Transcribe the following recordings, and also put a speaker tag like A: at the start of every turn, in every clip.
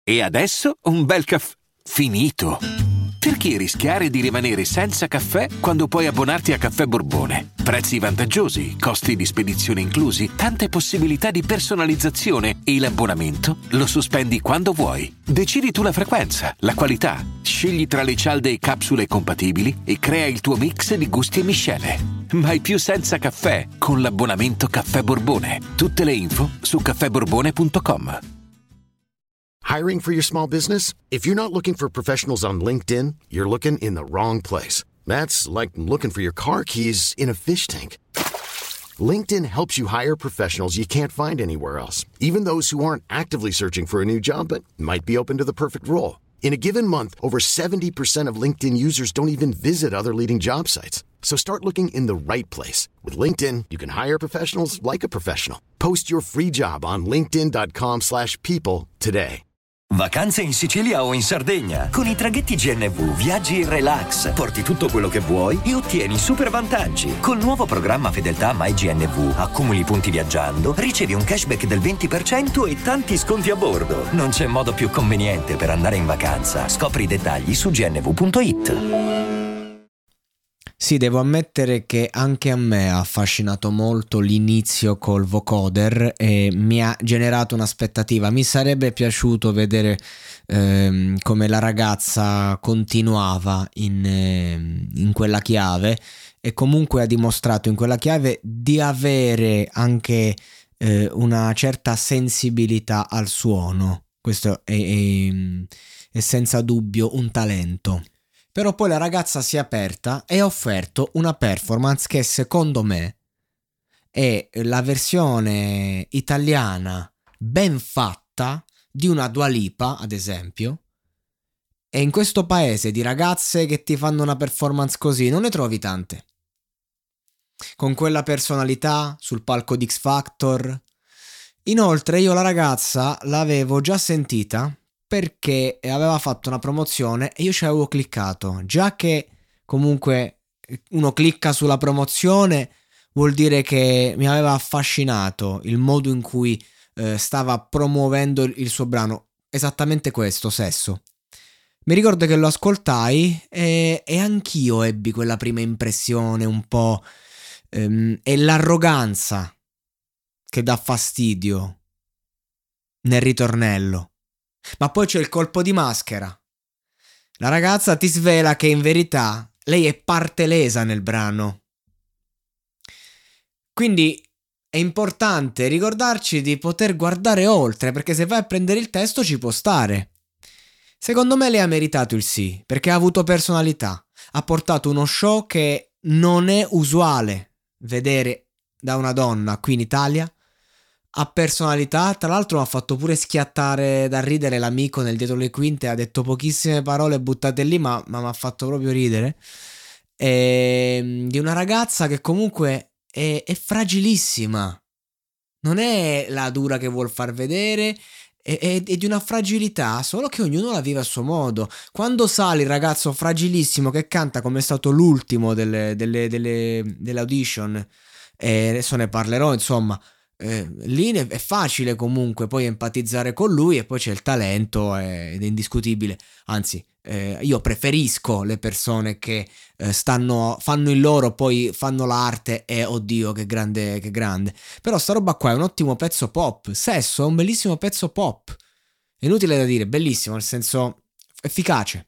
A: E adesso un bel caffè finito. Perché rischiare di rimanere senza caffè quando puoi abbonarti a Caffè Borbone? Prezzi vantaggiosi, costi di spedizione inclusi, tante possibilità di personalizzazione e l'abbonamento lo sospendi quando vuoi. Decidi tu la frequenza, la qualità, scegli tra le cialde e capsule compatibili e crea il tuo mix di gusti e miscele. Mai più senza caffè con l'abbonamento Caffè Borbone. Tutte le info su caffèborbone.com.
B: Hiring for your small business? If you're not looking for professionals on LinkedIn, you're looking in the wrong place. That's like looking for your car keys in a fish tank. LinkedIn helps you hire professionals you can't find anywhere else, even those who aren't actively searching for a new job but might be open to the perfect role. In a given month, over 70% of LinkedIn users don't even visit other leading job sites. So start looking in the right place. With LinkedIn, you can hire professionals like a professional. Post your free job on linkedin.com/people today.
C: Vacanze in Sicilia o in Sardegna. Con i traghetti GNV viaggi in relax, porti tutto quello che vuoi e ottieni super vantaggi. Col nuovo programma Fedeltà MyGNV accumuli punti viaggiando, ricevi un cashback del 20% e tanti sconti a bordo. Non c'è modo più conveniente per andare in vacanza. Scopri i dettagli su gnv.it.
D: Sì, devo ammettere che anche a me ha affascinato molto l'inizio col vocoder e mi ha generato un'aspettativa. Mi sarebbe piaciuto vedere come la ragazza continuava in quella chiave, e comunque ha dimostrato in quella chiave di avere anche una certa sensibilità al suono. Questo è senza dubbio un talento. Però poi la ragazza si è aperta e ha offerto una performance che secondo me è la versione italiana ben fatta di una Dua Lipa, ad esempio. E in questo paese di ragazze che ti fanno una performance così non ne trovi tante. Con quella personalità sul palco di X Factor. Inoltre io la ragazza l'avevo già sentita perché aveva fatto una promozione e io ci avevo cliccato. Già che comunque uno clicca sulla promozione, vuol dire che mi aveva affascinato il modo in cui stava promuovendo il suo brano. Esattamente questo, Sesso. Mi ricordo che lo ascoltai e anch'io ebbi quella prima impressione un po', e l'arroganza che dà fastidio nel ritornello. Ma poi c'è il colpo di maschera. La ragazza ti svela che in verità lei è parte lesa nel brano. Quindi è importante ricordarci di poter guardare oltre, perché se vai a prendere il testo ci può stare. Secondo me lei ha meritato il sì, perché ha avuto personalità. Ha portato uno show che non è usuale vedere da una donna qui in Italia. Ha personalità, tra l'altro mi ha fatto pure schiattare da ridere l'amico nel dietro le quinte, ha detto pochissime parole buttate lì, ma mi ha fatto proprio ridere. Di una ragazza che comunque è fragilissima, non è la dura che vuol far vedere, è di una fragilità, solo che ognuno la vive a suo modo. Quando sale il ragazzo fragilissimo che canta come è stato l'ultimo delle audition, e adesso ne parlerò, insomma, lì è facile comunque poi empatizzare con lui, e poi c'è il talento ed è indiscutibile. Anzi, io preferisco le persone che fanno il loro, poi fanno l'arte e oddio che grande, che grande. Però sta roba qua è un ottimo pezzo pop. Sesso è un bellissimo pezzo pop, è inutile da dire, bellissimo, nel senso efficace,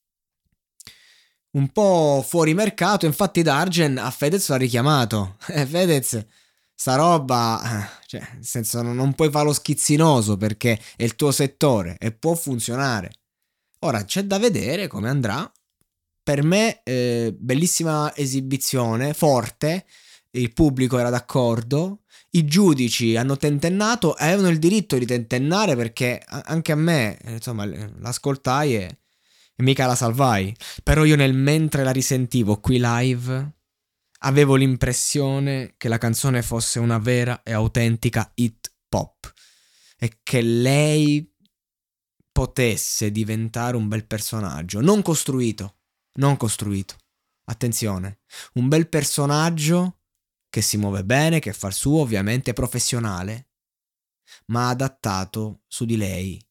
D: un po' fuori mercato. Infatti Dargen a Fedez l'ha richiamato. Fedez, sta roba, cioè, nel senso, non puoi fare lo schizzinoso perché è il tuo settore e può funzionare. Ora c'è da vedere come andrà. Per me bellissima esibizione, forte, il pubblico era d'accordo, i giudici hanno tentennato, avevano il diritto di tentennare, perché anche a me, insomma, l'ascoltai e mica la salvai. Però io mentre la risentivo qui live avevo l'impressione che la canzone fosse una vera e autentica hit pop e che lei potesse diventare un bel personaggio, non costruito, attenzione, un bel personaggio che si muove bene, che fa il suo, ovviamente professionale, ma adattato su di lei,